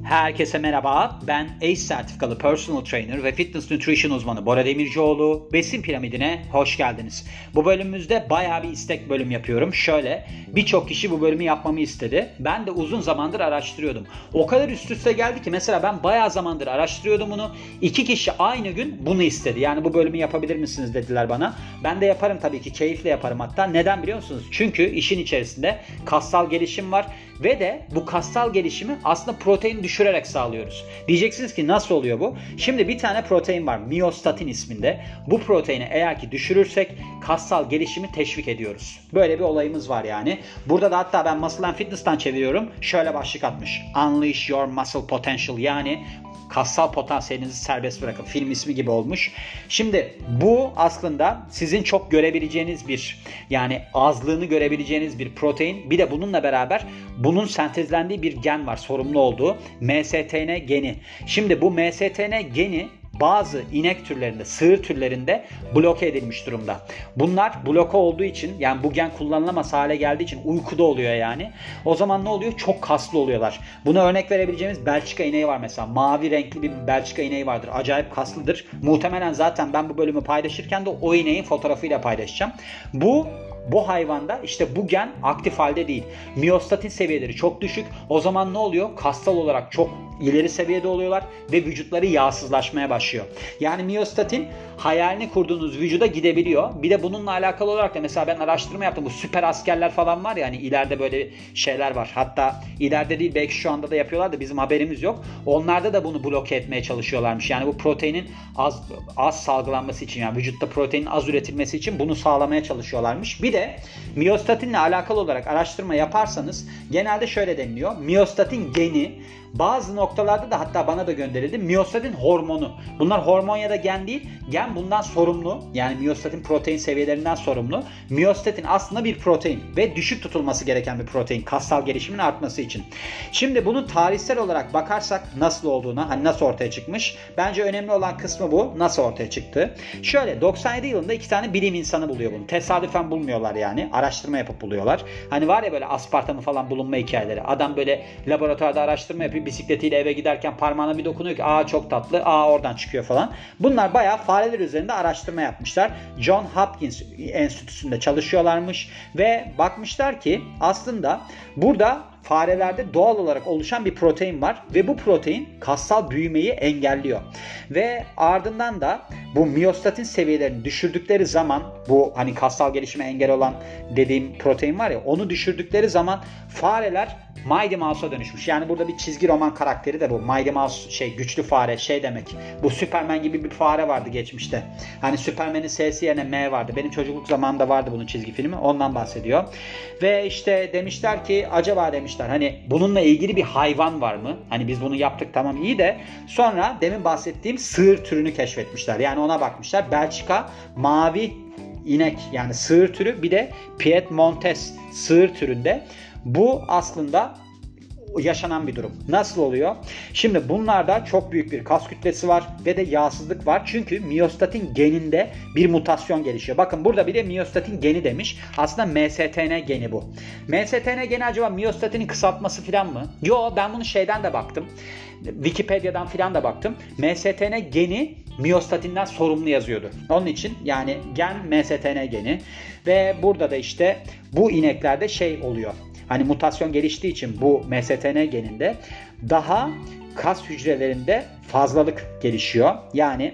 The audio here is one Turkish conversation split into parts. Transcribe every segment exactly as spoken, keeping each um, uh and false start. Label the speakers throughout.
Speaker 1: Herkese merhaba, ben A C E sertifikalı personal trainer ve fitness nutrition uzmanı Bora Demircioğlu. Besin piramidine hoş geldiniz. Bu bölümümüzde bayağı bir istek bölüm yapıyorum. Şöyle, birçok kişi bu bölümü yapmamı istedi. Ben de uzun zamandır araştırıyordum. O kadar üst üste geldi ki mesela ben bayağı zamandır araştırıyordum bunu. İki kişi aynı gün bunu istedi. Yani bu bölümü yapabilir misiniz dediler bana. Ben de yaparım tabii ki, keyifle yaparım hatta. Neden biliyor musunuz? Çünkü işin içerisinde kassal gelişim var. Ve de bu kassal gelişimi aslında protein düşürerek sağlıyoruz. Diyeceksiniz ki nasıl oluyor bu? Şimdi bir tane protein var, miyostatin isminde. Bu proteini eğer ki düşürürsek kassal gelişimi teşvik ediyoruz. Böyle bir olayımız var yani. Burada da hatta ben Muscle and Fitness'tan çeviriyorum. Şöyle başlık atmış. Unleash your muscle potential, yani kassal potansiyelinizi serbest bırakın. Film ismi gibi olmuş. Şimdi bu aslında sizin çok görebileceğiniz bir, yani azlığını görebileceğiniz bir protein. Bir de bununla beraber bunun sentezlendiği bir gen var, sorumlu olduğu M S T N geni. Şimdi bu M S T N geni bazı inek türlerinde, sığır türlerinde bloke edilmiş durumda. Bunlar bloke olduğu için, yani bu gen kullanılamaz hale geldiği için uykuda oluyor yani. O zaman ne oluyor? Çok kaslı oluyorlar. Buna örnek verebileceğimiz Belçika ineği var mesela. Mavi renkli bir Belçika ineği vardır. Acayip kaslıdır. Muhtemelen zaten ben bu bölümü paylaşırken de o ineğin fotoğrafıyla paylaşacağım. Bu Bu hayvanda işte bu gen aktif halde değil. Miyostatin seviyeleri çok düşük. O zaman ne oluyor? Kassal olarak çok ileri seviyede oluyorlar ve vücutları yağsızlaşmaya başlıyor. Yani miyostatin hayalini kurduğunuz vücuda gidebiliyor. Bir de bununla alakalı olarak da mesela ben araştırma yaptım. Bu süper askerler falan var ya, hani ileride böyle şeyler var. Hatta ileride değil, belki şu anda da yapıyorlar da bizim haberimiz yok. Onlarda da bunu bloke etmeye çalışıyorlarmış. Yani bu proteinin az az salgılanması için, yani vücutta proteinin az üretilmesi için bunu sağlamaya çalışıyorlarmış. Bir de miyostatinle alakalı olarak araştırma yaparsanız genelde şöyle deniliyor. Miyostatin geni bazı noktalarda da hatta bana da gönderildi. Miyostatin hormonu. Bunlar hormon ya da gen değil. Gen bundan sorumlu. Yani miyostatin protein seviyelerinden sorumlu. Miyostatin aslında bir protein ve düşük tutulması gereken bir protein kassal gelişimin artması için. Şimdi bunu tarihsel olarak bakarsak nasıl olduğuna, hani nasıl ortaya çıkmış? Bence önemli olan kısmı bu. Nasıl ortaya çıktı? Şöyle, doksan yedi yılında iki tane bilim insanı buluyor bunu. Tesadüfen bulmuyorlar yani. Araştırma yapıp buluyorlar. Hani var ya böyle aspartamı falan bulunma hikayeleri. Adam böyle laboratuvarda araştırma yapıyor. Bisikletiyle eve giderken parmağına bir dokunuyor ki aa çok tatlı, aa oradan çıkıyor falan. Bunlar bayağı fareler üzerinde araştırma yapmışlar. John Hopkins Enstitüsü'nde çalışıyorlarmış ve bakmışlar ki aslında burada farelerde doğal olarak oluşan bir protein var ve bu protein kassal büyümeyi engelliyor. Ve ardından da bu miyostatin seviyelerini düşürdükleri zaman, bu hani kassal gelişime engel olan dediğim protein var ya, onu düşürdükleri zaman fareler Mighty Mouse'a dönüşmüş. Yani burada bir çizgi roman karakteri de bu. Mighty Mouse şey, güçlü fare şey demek. Bu Superman gibi bir fare vardı geçmişte. Hani Superman'in S'si yerine M vardı. Benim çocukluk zamanımda vardı bunun çizgi filmi. Ondan bahsediyor. Ve işte demişler ki acaba demişler hani bununla ilgili bir hayvan var mı? Hani biz bunu yaptık tamam iyi de sonra demin bahsettiğim sığır türünü keşfetmişler. Yani ona bakmışlar. Belçika mavi inek, yani sığır türü, bir de Piedmontes sığır türünde. Bu aslında yaşanan bir durum. Nasıl oluyor? Şimdi bunlarda çok büyük bir kas kütlesi var ve de yağsızlık var. Çünkü miyostatin geninde bir mutasyon gelişiyor. Bakın burada bile miyostatin geni demiş. Aslında M S T N geni bu. M S T N geni acaba miyostatinin kısaltması falan mı? Yo, ben bunu şeyden de baktım. Wikipedia'dan filan da baktım. M S T N geni miyostatinden sorumlu yazıyordu. Onun için yani gen M S T N geni ve burada da işte bu ineklerde şey oluyor. Hani mutasyon geliştiği için bu M S T N geninde daha kas hücrelerinde fazlalık gelişiyor. Yani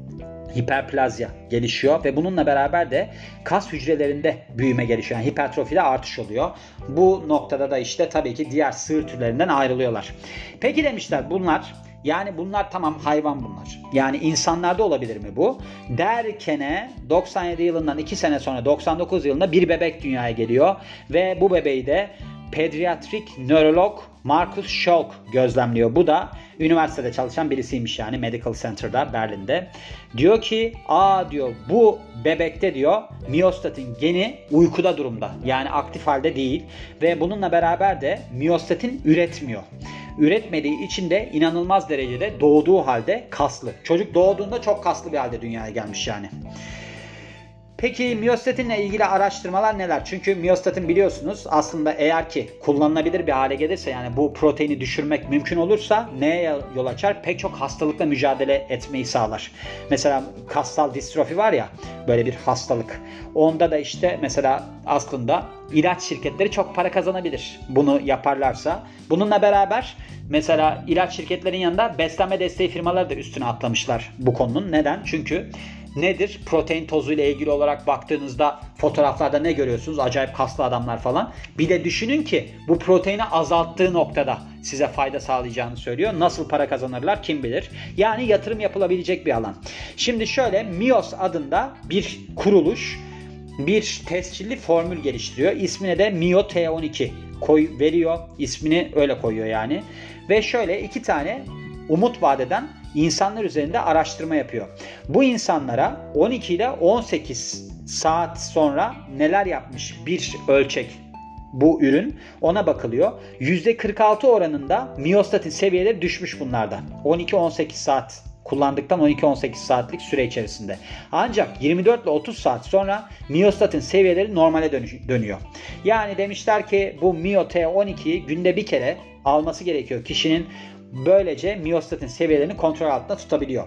Speaker 1: hiperplazya gelişiyor ve bununla beraber de kas hücrelerinde büyüme gelişiyor. Yani hipertrofide artış oluyor. Bu noktada da işte tabii ki diğer sığır türlerinden ayrılıyorlar. Peki demişler bunlar, yani bunlar tamam hayvan bunlar. Yani insanlarda olabilir mi bu? Derken doksan yedi yılından iki sene sonra doksan dokuz yılında bir bebek dünyaya geliyor ve bu bebeği de pediatrik nörolog Markus Schalk gözlemliyor. Bu da üniversitede çalışan birisiymiş, yani Medical Center'da Berlin'de. Diyor ki aa diyor bu bebekte diyor miyostatin geni uykuda durumda. Yani aktif halde değil ve bununla beraber de miyostatin üretmiyor. Üretmediği için de inanılmaz derecede doğduğu halde kaslı. Çocuk doğduğunda çok kaslı bir halde dünyaya gelmiş yani. Peki miyostatinle ilgili araştırmalar neler? Çünkü miyostatin biliyorsunuz aslında eğer ki kullanılabilir bir hale gelirse, yani bu proteini düşürmek mümkün olursa neye yol açar? Pek çok hastalıkla mücadele etmeyi sağlar. Mesela kassal distrofi var ya, böyle bir hastalık. Onda da işte mesela aslında ilaç şirketleri çok para kazanabilir bunu yaparlarsa. Bununla beraber mesela ilaç şirketlerin yanında beslenme desteği firmaları da üstüne atlamışlar bu konunun. Neden? Çünkü nedir? Protein tozu ile ilgili olarak baktığınızda fotoğraflarda ne görüyorsunuz? Acayip kaslı adamlar falan. Bir de düşünün ki bu proteini azalttığı noktada size fayda sağlayacağını söylüyor. Nasıl para kazanırlar kim bilir. Yani yatırım yapılabilecek bir alan. Şimdi şöyle, Mios adında bir kuruluş bir tescilli formül geliştiriyor. İsmine de Mio T on iki koy veriyor. İsmini öyle koyuyor yani. Ve şöyle iki tane umut vadeden insanlar üzerinde araştırma yapıyor. Bu insanlara on iki ile on sekiz saat sonra neler yapmış bir ölçek bu ürün, ona bakılıyor. yüzde kırk altı oranında miyostatin seviyeleri düşmüş bunlarda. on iki on sekiz saat kullandıktan on iki on sekiz saatlik süre içerisinde. Ancak yirmi dört ile otuz saat sonra miyostatin seviyeleri normale dönüyor. Yani demişler ki bu Mio T on ikiyi günde bir kere alması gerekiyor kişinin. Böylece miyostatin seviyelerini kontrol altında tutabiliyor.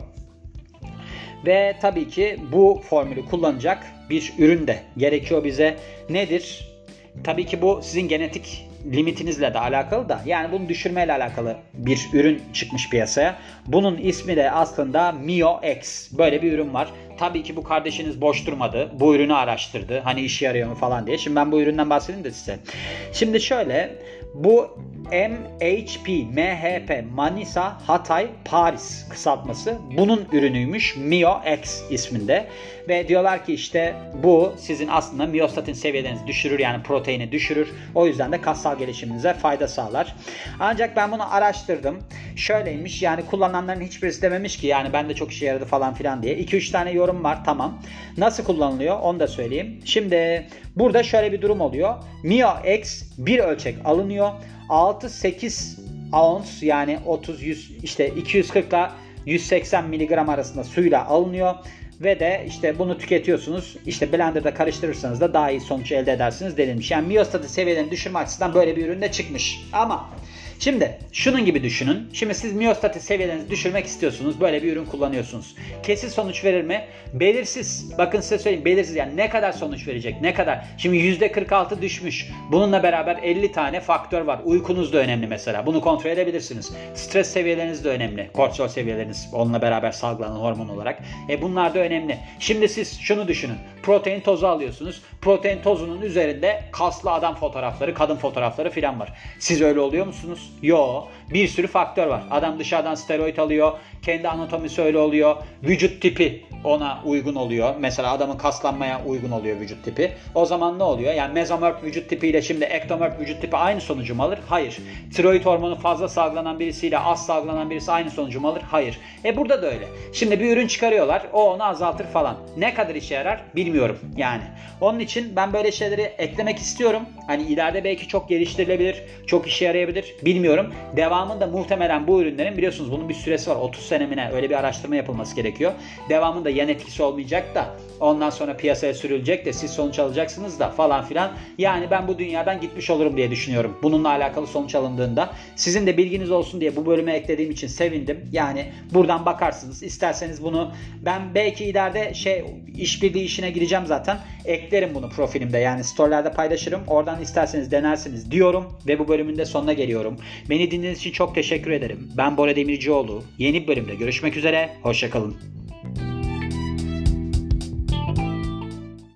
Speaker 1: Ve tabii ki bu formülü kullanacak bir ürün de gerekiyor bize. Nedir? Tabii ki bu sizin genetik limitinizle de alakalı da, yani bunu düşürmeyle alakalı bir ürün çıkmış piyasaya. Bunun ismi de aslında Mio X. Böyle bir ürün var. Tabii ki bu kardeşiniz boş durmadı. Bu ürünü araştırdı. Hani işe yarıyor mu falan diye. Şimdi ben bu üründen bahsedeyim de size. Şimdi şöyle, bu M H P, M H P, Manisa, Hatay, Paris kısaltması bunun ürünüymüş. Mio X isminde. Ve diyorlar ki işte bu sizin aslında miyostatin seviyelerinizi düşürür, yani proteini düşürür. O yüzden de kassal gelişiminize fayda sağlar. Ancak ben bunu araştırdım. Şöyleymiş, yani kullananların hiçbirisi dememiş ki yani bende çok işe yaradı falan filan diye. iki üç tane yorum var, tamam. Nasıl kullanılıyor onu da söyleyeyim. Şimdi burada şöyle bir durum oluyor. Mio X bir ölçek alınıyor. altı sekiz ounce, yani otuz yüz işte iki yüz kırk ile yüz seksen miligram arasında suyla alınıyor. Ve de işte bunu tüketiyorsunuz. İşte blenderda karıştırırsanız da daha iyi sonuç elde edersiniz denilmiş. Yani miyostatin seviyelerini düşürme açısından böyle bir ürün de çıkmış. Ama şimdi şunun gibi düşünün. Şimdi siz miyostatin seviyelerinizi düşürmek istiyorsunuz. Böyle bir ürün kullanıyorsunuz. Kesin sonuç verir mi? Belirsiz. Bakın size söyleyeyim, belirsiz. Yani ne kadar sonuç verecek? Ne kadar? Şimdi yüzde kırk altı düşmüş. Bununla beraber elli tane faktör var. Uykunuz da önemli mesela. Bunu kontrol edebilirsiniz. Stres seviyeleriniz de önemli. Kortizol seviyeleriniz onunla beraber salgılanan hormon olarak. E bunlar da önemli. Şimdi siz şunu düşünün. Protein tozu alıyorsunuz. Protein tozunun üzerinde kaslı adam fotoğrafları, kadın fotoğrafları filan var. Siz öyle oluyor musunuz? Yo. Bir sürü faktör var. Adam dışarıdan steroid alıyor. Kendi anatomisi öyle oluyor. Vücut tipi ona uygun oluyor. Mesela adamın kaslanmaya uygun oluyor vücut tipi. O zaman ne oluyor? Yani mezomorf vücut tipiyle şimdi ektomorf vücut tipi aynı sonucu mu alır? Hayır. Tiroid hormonu fazla salgılanan birisiyle az salgılanan birisi aynı sonucu mu alır? Hayır. E burada da öyle. Şimdi bir ürün çıkarıyorlar. O onu azaltır falan. Ne kadar işe yarar bilmiyorum yani. Onun için ben böyle şeyleri eklemek istiyorum. Hani ileride belki çok geliştirilebilir. Çok işe yarayabilir. Bilmiyorum. Devamında muhtemelen bu ürünlerin, biliyorsunuz bunun bir süresi var. otuz sene mi ne? Öyle bir araştırma yapılması gerekiyor. Devamında yan etkisi olmayacak da ondan sonra piyasaya sürülecek de siz sonuç alacaksınız da falan filan. Yani ben bu dünyadan gitmiş olurum diye düşünüyorum. Bununla alakalı sonuç alındığında. Sizin de bilginiz olsun diye bu bölüme eklediğim için sevindim. Yani buradan bakarsınız. İsterseniz bunu ben belki ileride şey işbirliği işine gireceğim zaten. Eklerim bunu profilimde. Yani storylerde paylaşırım. Oradan isterseniz denersiniz diyorum ve bu bölümün de sonuna geliyorum. Beni dinlediğiniz için çok teşekkür ederim. Ben Bora Demircioğlu. Yeni bir bölümde görüşmek üzere. Hoşça kalın.